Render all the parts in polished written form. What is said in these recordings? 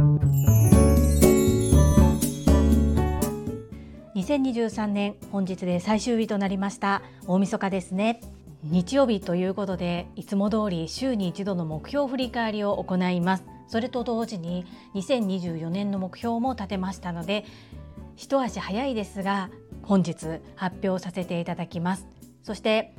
2023年本日で最終日となりました。大晦日ですね。日曜日ということで、いつも通り週に一度の目標振り返りを行います。それと同時に2024年の目標も立てましたので、一足早いですが本日発表させていただきます。そして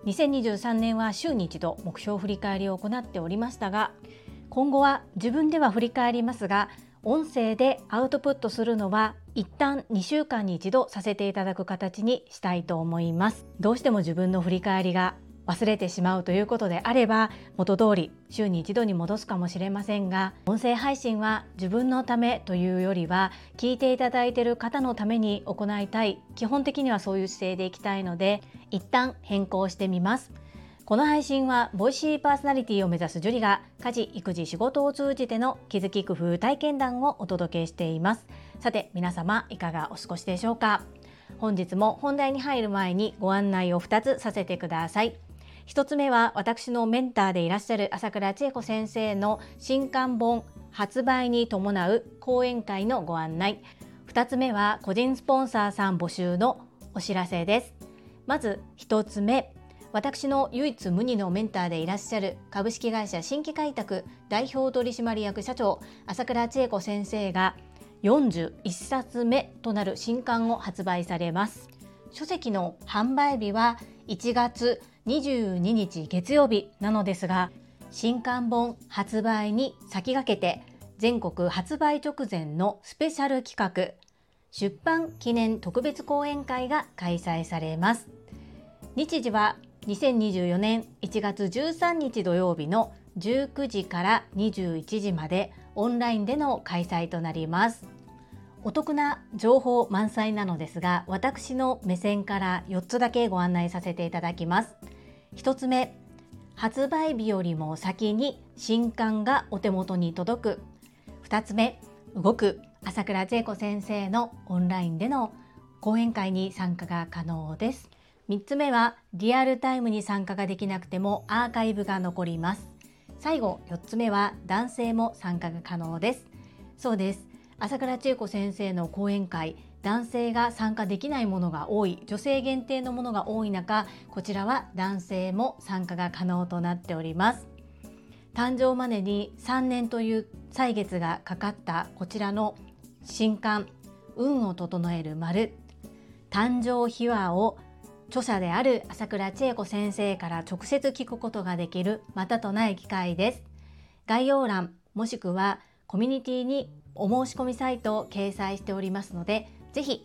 2023年は週に一度目標振り返りを行っておりましたが、今後は自分では振り返りますが、音声でアウトプットするのは一旦2週間に一度させていただく形にしたいと思います。どうしても自分の振り返りが忘れてしまうということであれば、元通り週に一度に戻すかもしれませんが、音声配信は自分のためというよりは聞いていただいている方のために行いたい、基本的にはそういう姿勢でいきたいので一旦変更してみます。この配信はボイシーパーソナリティを目指すジュリが家事・育児・仕事を通じての気づき工夫体験談をお届けしています。さて皆様いかがお過ごしでしょうか。本日も本題に入る前にご案内を2つさせてください。1つ目は私のメンターでいらっしゃる朝倉千恵子先生の新刊本発売に伴う講演会のご案内。2つ目は個人スポンサーさん募集のお知らせです。まず1つ目、私の唯一無二のメンターでいらっしゃる株式会社新規開拓代表取締役社長朝倉千恵子先生が41冊目となる新刊を発売されます。書籍の販売日は1月22日月曜日なのですが、新刊本発売に先駆けて全国発売直前のスペシャル企画出版記念特別講演会が開催されます。日時は2024年1月13日土曜日の19時から21時までオンラインでの開催となります。お得な情報満載なのですが、私の目線から4つだけご案内させていただきます。1つ目、発売日よりも先に新刊がお手元に届く。2つ目、動く朝倉千恵子先生のオンラインでの講演会に参加が可能です。3つ目はリアルタイムに参加ができなくてもアーカイブが残ります。最後4つ目は男性も参加が可能です。そうです。朝倉千恵子先生の講演会、男性が参加できないものが多い、女性限定のものが多い中、こちらは男性も参加が可能となっております。誕生までに3年という歳月がかかったこちらの新刊、運を整える丸、誕生秘話を著者である朝倉千恵子先生から直接聞くことができるまたとない機会です。概要欄もしくはコミュニティにお申し込みサイトを掲載しておりますので、ぜひ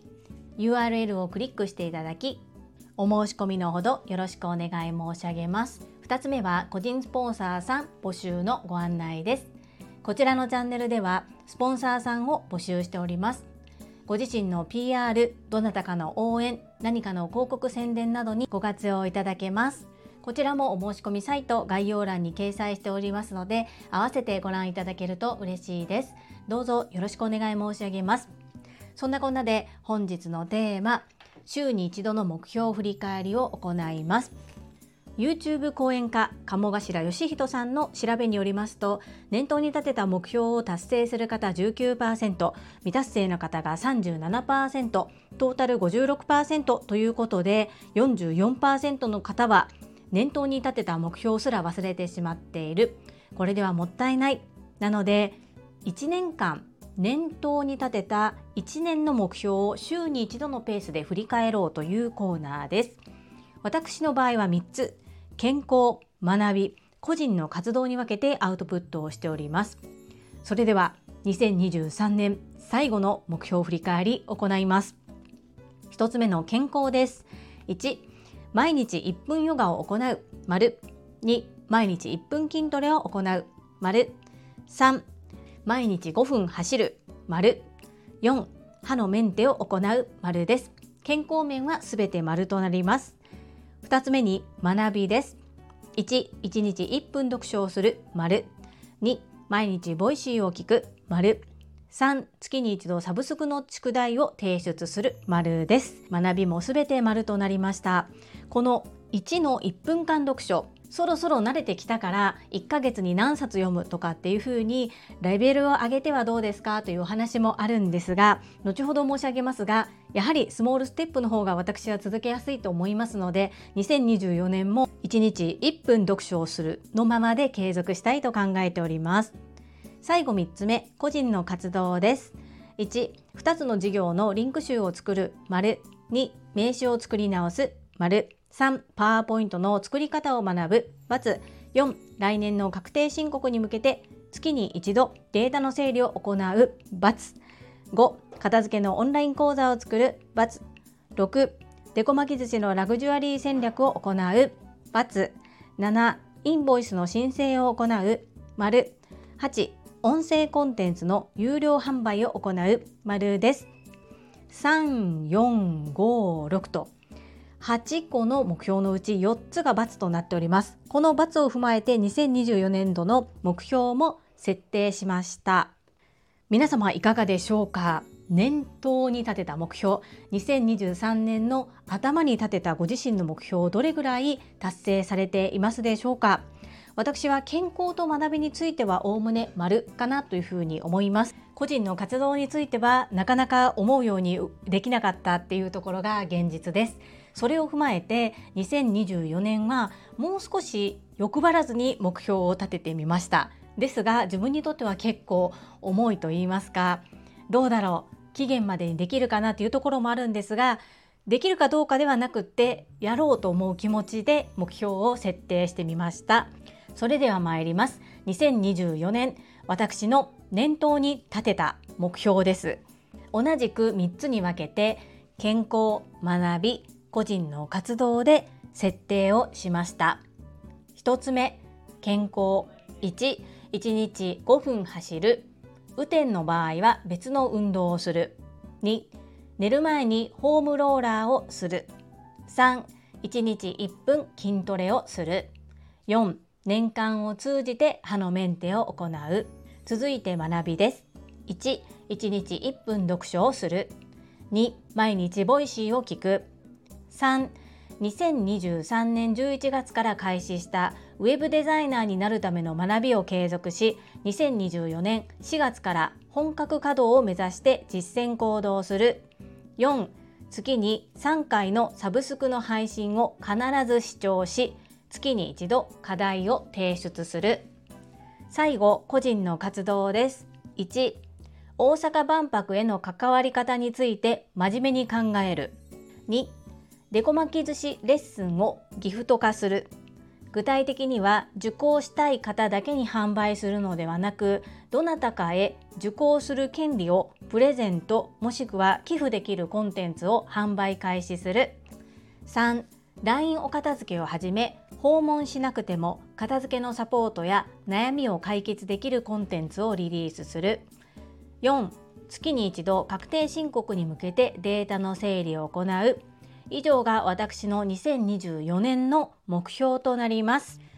URL をクリックしていただき、お申し込みのほどよろしくお願い申し上げます。2つ目は個人スポンサーさん募集のご案内です。こちらのチャンネルではスポンサーさんを募集しております。ご自身の PR、どなたかの応援、何かの広告宣伝などにご活用いただけます。こちらもお申し込みサイト概要欄に掲載しておりますので、合わせてご覧いただけると嬉しいです。どうぞよろしくお願い申し上げます。そんなこんなで本日のテーマ、週に一度の目標振り返りを行います。YouTube 講演家鴨頭義人さんの調べによりますと、念頭に立てた目標を達成する方 19%、 未達成の方が 37%、 トータル 56% ということで、 44% の方は念頭に立てた目標すら忘れてしまっている。これではもったいない。なので1年間念頭に立てた1年の目標を週に一度のペースで振り返ろうというコーナーです。私の場合は3つ、健康、学び、個人の活動に分けてアウトプットをしております。それでは2023年最後の目標振り返り行います。1つ目の健康です。1、毎日1分ヨガを行う、丸。2、毎日1分筋トレを行う、丸。3、毎日5分走る、丸。4、歯のメンテを行う、丸です。健康面はすべて丸となります。2つ目に学びです。1、1日1分読書をする、丸。2、毎日ボイシーを聞く、丸。3、月に一度サブスクの宿題を提出する、丸です。学びもすべて丸となりました。この1の1分間読書、 そろそろ慣れてきたから1ヶ月に何冊読むとかっていう風にレベルを上げてはどうですかというお話もあるんですが、後ほど申し上げますが、やはりスモールステップの方が私は続けやすいと思いますので、2024年も1日1分読書をするのままで継続したいと考えております。最後3つ目、個人の活動です。1、2つの事業のリンク集を作る、丸。2、名刺を作り直す、丸。3、パワーポイントの作り方を学ぶ、×。4、来年の確定申告に向けて月に一度データの整理を行う、×。5、片付けのオンライン講座を作る、×。6、デコ巻き寿司のラグジュアリー戦略を行う、×。7、インボイスの申請を行う、丸。8、音声コンテンツの有料販売を行う、丸です。3、4、5、6と8個の目標のうち4つが×となっております。この×を踏まえて2024年度の目標も設定しました。皆様いかがでしょうか。年頭に立てた目標、2023年の頭に立てたご自身の目標をどれぐらい達成されていますでしょうか。私は健康と学びについてはおおむね丸かなというふうに思います。個人の活動についてはなかなか思うようにできなかったっていうところが現実です。それを踏まえて2024年はもう少し欲張らずに目標を立ててみました。ですが自分にとっては結構重いと言いますか、どうだろう、期限までにできるかなというところもあるんですが、できるかどうかではなくってやろうと思う気持ちで目標を設定してみました。それでは参ります。2024年私の年頭に立てた目標です。同じく3つに分けて健康、学び、個人の活動で設定をしました。1つ目、健康。1、1日5分走る。雨天の場合は別の運動をする。2、寝る前にホームローラーをする。3、1日1分筋トレをする。4、年間を通じて歯のメンテを行う。続いて学びです。1、1日1分読書をする。2、毎日ボイシーを聞く。3、2023年11月から開始したウェブデザイナーになるための学びを継続し、2024年4月から本格稼働を目指して実践行動する。4、月に3回のサブスクの配信を必ず視聴し、月に一度課題を提出する。最後、個人の活動です。1、大阪万博への関わり方について真面目に考える。2、デコ巻き寿司レッスンをギフト化する。具体的には受講したい方だけに販売するのではなく、どなたかへ受講する権利をプレゼントもしくは寄付できるコンテンツを販売開始する。3、LINE お片付けをはじめ、訪問しなくても片付けのサポートや悩みを解決できるコンテンツをリリースする。4、月に一度確定申告に向けてデータの整理を行う。以上が私の2024年の目標となります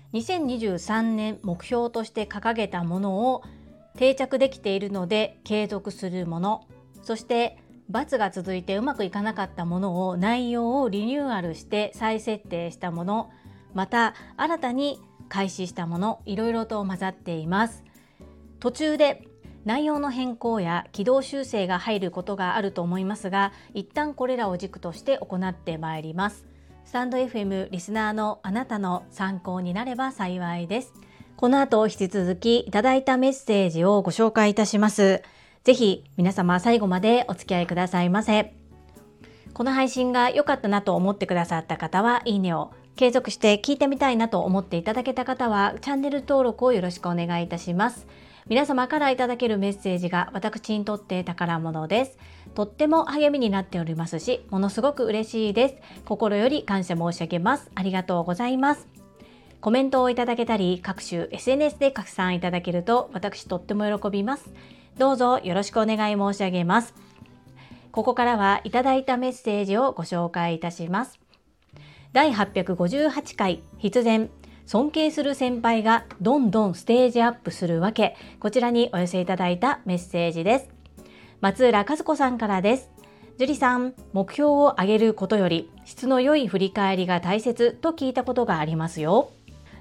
。2023年目標として掲げたものを定着できているので継続するもの、そして×が続いてうまくいかなかったものを内容をリニューアルして再設定したもの、また新たに開始したもの、いろいろと混ざっています。途中で内容の変更や軌道修正が入ることがあると思いますが、一旦これらを軸として行ってまいります。スタンド FM リスナーのあなたの参考になれば幸いです。この後引き続きいただいたメッセージをご紹介いたします。ぜひ皆様最後までお付き合いくださいませ。この配信が良かったなと思ってくださった方はいいねを、継続して聞いてみたいなと思っていただけた方はチャンネル登録をよろしくお願いいたします。皆様からいただけるメッセージが私にとって宝物です。とっても励みになっておりますし、ものすごく嬉しいです。心より感謝申し上げます。ありがとうございます。コメントをいただけたり、各種 SNS で拡散いただけると私とっても喜びます。どうぞよろしくお願い申し上げます。ここからはいただいたメッセージをご紹介いたします。第858回必然尊敬する先輩がどんどんステージアップするわけ、こちらにお寄せいただいたメッセージです。松浦和子さんからです。樹里さん、目標を上げることより質の良い振り返りが大切と聞いたことがありますよ。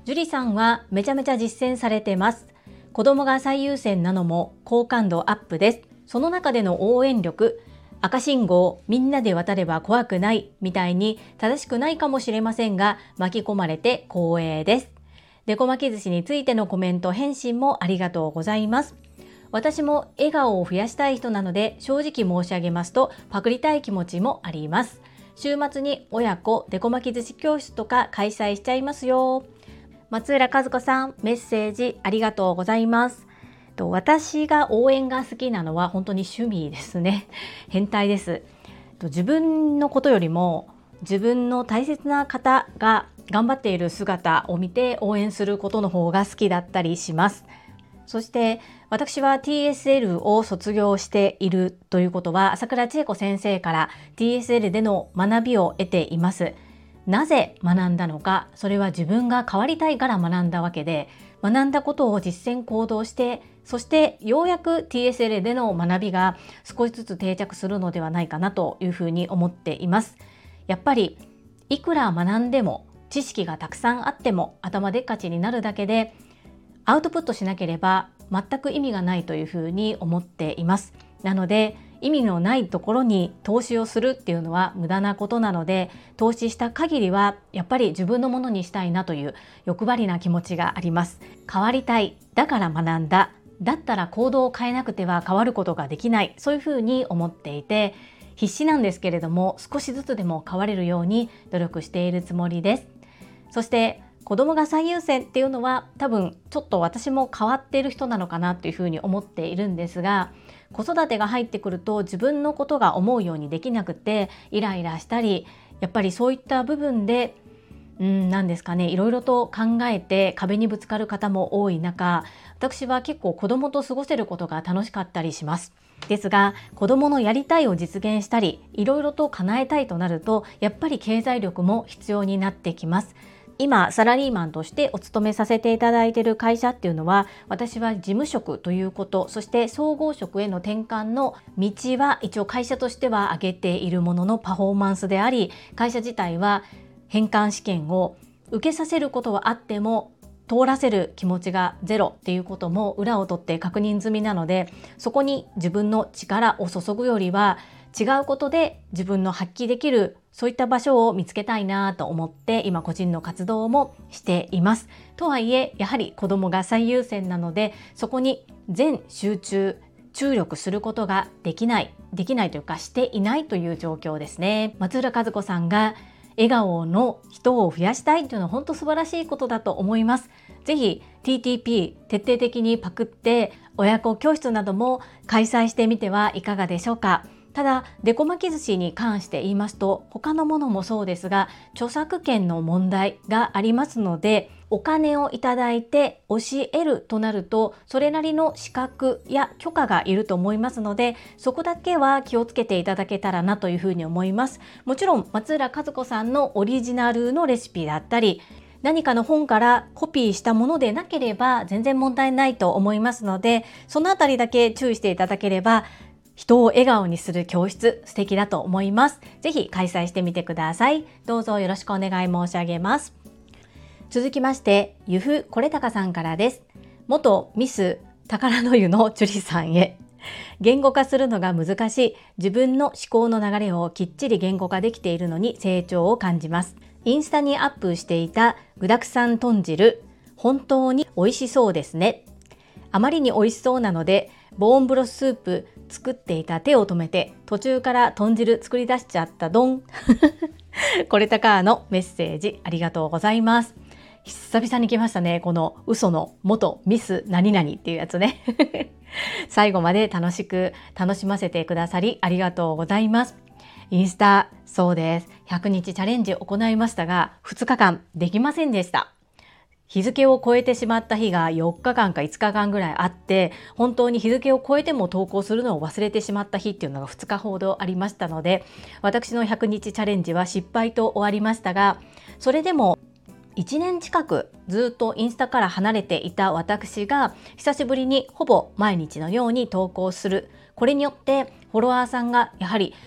樹里さんはめちゃめちゃ実践されてます。子供が最優先なのも好感度アップです。その中での応援力、赤信号みんなで渡れば怖くないみたいに正しくないかもしれませんが、巻き込まれて光栄です。デコ巻き寿司についてのコメント返信もありがとうございます。私も笑顔を増やしたい人なので、正直申し上げますとパクりたい気持ちもあります。週末に親子デコ巻き寿司教室とか開催しちゃいますよ。松浦和子さん、メッセージありがとうございます。私が応援が好きなのは本当に趣味ですね。変態です。自分のことよりも自分の大切な方が頑張っている姿を見て応援することの方が好きだったりします。そして私は TSL を卒業しているということは、朝倉千恵子先生から TSL での学びを得ています。なぜ学んだのか、それは自分が変わりたいから学んだわけで、学んだことを実践行動して、そしてようやく TSL での学びが少しずつ定着するのではないかなというふうに思っています。やっぱりいくら学んでも知識がたくさんあっても頭でっかちになるだけで、アウトプットしなければ全く意味がないというふうに思っています。なので意味のないところに投資をするっていうのは無駄なことなので、投資した限りはやっぱり自分のものにしたいなという欲張りな気持ちがあります。変わりたい、だから学んだ、だったら行動を変えなくては変わることができない、そういうふうに思っていて、必死なんですけれども少しずつでも変われるように努力しているつもりです。そして子供が最優先っていうのは多分ちょっと私も変わっている人なのかなっていうふうに思っているんですが、子育てが入ってくると自分のことが思うようにできなくてイライラしたり、やっぱりそういった部分でなんですかね、いろいろと考えて壁にぶつかる方も多い中、私は結構子供と過ごせることが楽しかったりします。ですが子供のやりたいを実現したりいろいろと叶えたいとなると、やっぱり経済力も必要になってきます。今サラリーマンとしてお勤めさせていただいている会社っていうのは、私は事務職ということ、そして総合職への転換の道は一応会社としては挙げているもののパフォーマンスであり、会社自体は返還試験を受けさせることはあっても通らせる気持ちがゼロっていうことも裏を取って確認済みなので、そこに自分の力を注ぐよりは違うことで自分の発揮できる、そういった場所を見つけたいなと思って今個人の活動もしています。とはいえやはり子供が最優先なので、そこに全集中注力することができないというかしていないという状況ですね。松浦和子さんが笑顔の人を増やしたいというのは本当素晴らしいことだと思います。ぜひ TTP 徹底的にパクって親子教室なども開催してみてはいかがでしょうか。ただデコ巻き寿司に関して言いますと、他のものもそうですが著作権の問題がありますので、お金をいただいて教えるとなるとそれなりの資格や許可がいると思いますので、そこだけは気をつけていただけたらなというふうに思います。もちろん松浦和子さんのオリジナルのレシピだったり、何かの本からコピーしたものでなければ全然問題ないと思いますので、そのあたりだけ注意していただければ、人を笑顔にする教室素敵だと思います。ぜひ開催してみてください。どうぞよろしくお願い申し上げます。続きましてゆふこれたかさんからです。元ミス宝の湯の樹里さんへ。言語化するのが難しい自分の思考の流れをきっちり言語化できているのに成長を感じます。インスタにアップしていた具沢山豚汁、本当に美味しそうですね。あまりに美味しそうなのでボーンブロススープ作っていた手を止めて途中から豚汁作り出しちゃったドンこれたかのメッセージありがとうございます。久々に来ましたね、この嘘の元ミス何々っていうやつね最後まで楽しませてくださりありがとうございます。インスタ、そうです、100日チャレンジ行いましたが2日間できませんでした。日付を超えてしまった日が4日間か5日間ぐらいあって、本当に日付を超えても投稿するのを忘れてしまった日っていうのが2日ほどありましたので、私の100日チャレンジは失敗と終わりましたが、それでも1年近くずっとインスタから離れていた私が久しぶりにほぼ毎日のように投稿する。これによってフォロワーさんがやはり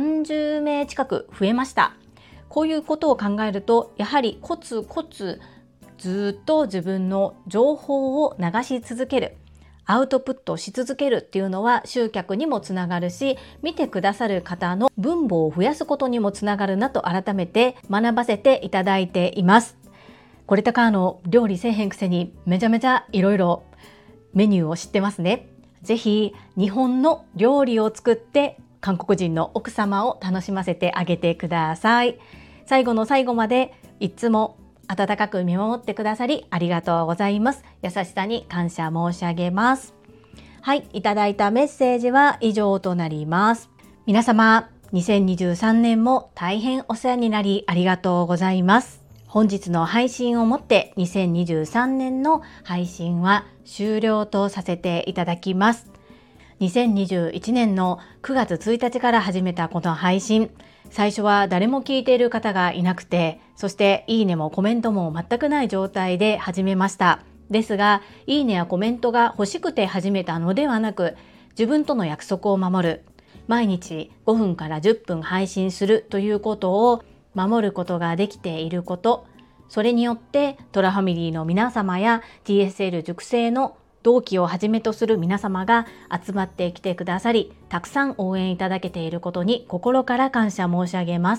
30名近く増えました。こういうことを考えると、やはりコツコツずっと自分の情報を流し続ける、アウトプットし続けるっていうのは集客にもつながるし、見てくださる方の分母を増やすことにもつながるなと改めて学ばせていただいています。これとか料理せえへんくせにめちゃめちゃいろいろメニューを知ってますね。ぜひ日本の料理を作って韓国人の奥様を楽しませてあげてください。最後の最後までいつも温かく見守ってくださりありがとうございます。優しさに感謝申し上げます。はい、いただいたメッセージは以上となります。皆様、2023年も大変お世話になりありがとうございます。本日の配信をもって2023年の配信は終了とさせていただきます。2021年の9月1日から始めたこの配信、最初は誰も聞いている方がいなくて、そしていいねもコメントも全くない状態で始めました。ですが、いいねやコメントが欲しくて始めたのではなく、自分との約束を守る、毎日5分から10分配信するということを守ることができていること、それによってトラファミリーの皆様や TSL 塾生の同期をはじめとする皆様が集まってきてくださり、たくさん応援いただけていることに心から感謝申し上げます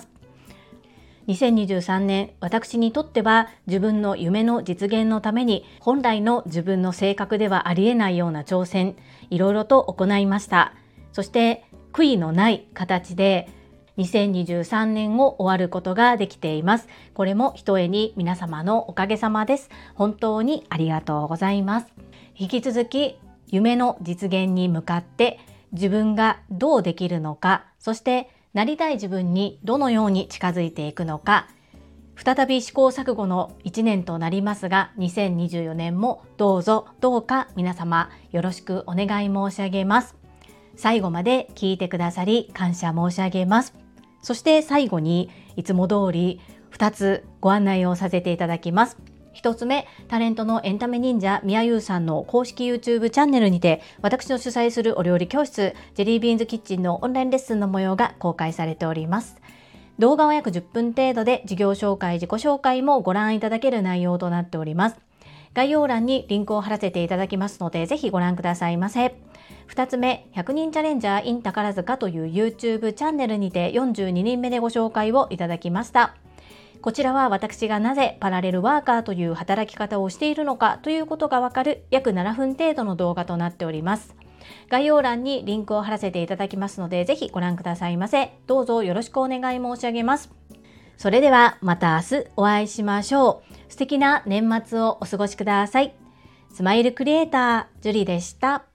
。2023年、私にとっては自分の夢の実現のために本来の自分の性格ではありえないような挑戦、いろいろと行いました。そして悔いのない形で2023年を終わることができています。これもひとえに皆様のおかげさまです。本当にありがとうございます。引き続き夢の実現に向かって自分がどうできるのか、そしてなりたい自分にどのように近づいていくのか、再び試行錯誤の1年となりますが、2024年もどうか皆様よろしくお願い申し上げます。最後まで聞いてくださり感謝申し上げます。そして最後にいつも通り2つご案内をさせていただきます。1つ目、タレントのエンタメ忍者みやゆうさんの公式 YouTube チャンネルにて、私の主催するお料理教室ジェリービーンズキッチンのオンラインレッスンの模様が公開されております。動画は約10分程度で、事業紹介、自己紹介もご覧いただける内容となっております。概要欄にリンクを貼らせていただきますので、ぜひご覧くださいませ。2つ目、100人チャレンジャー in 宝塚という YouTube チャンネルにて42人目でご紹介をいただきました。こちらは私がなぜパラレルワーカーという働き方をしているのかということがわかる約7分程度の動画となっております。概要欄にリンクを貼らせていただきますので、ぜひご覧くださいませ。どうぞよろしくお願い申し上げます。それではまた明日お会いしましょう。素敵な年末をお過ごしください。スマイルクリエイター、ジュリでした。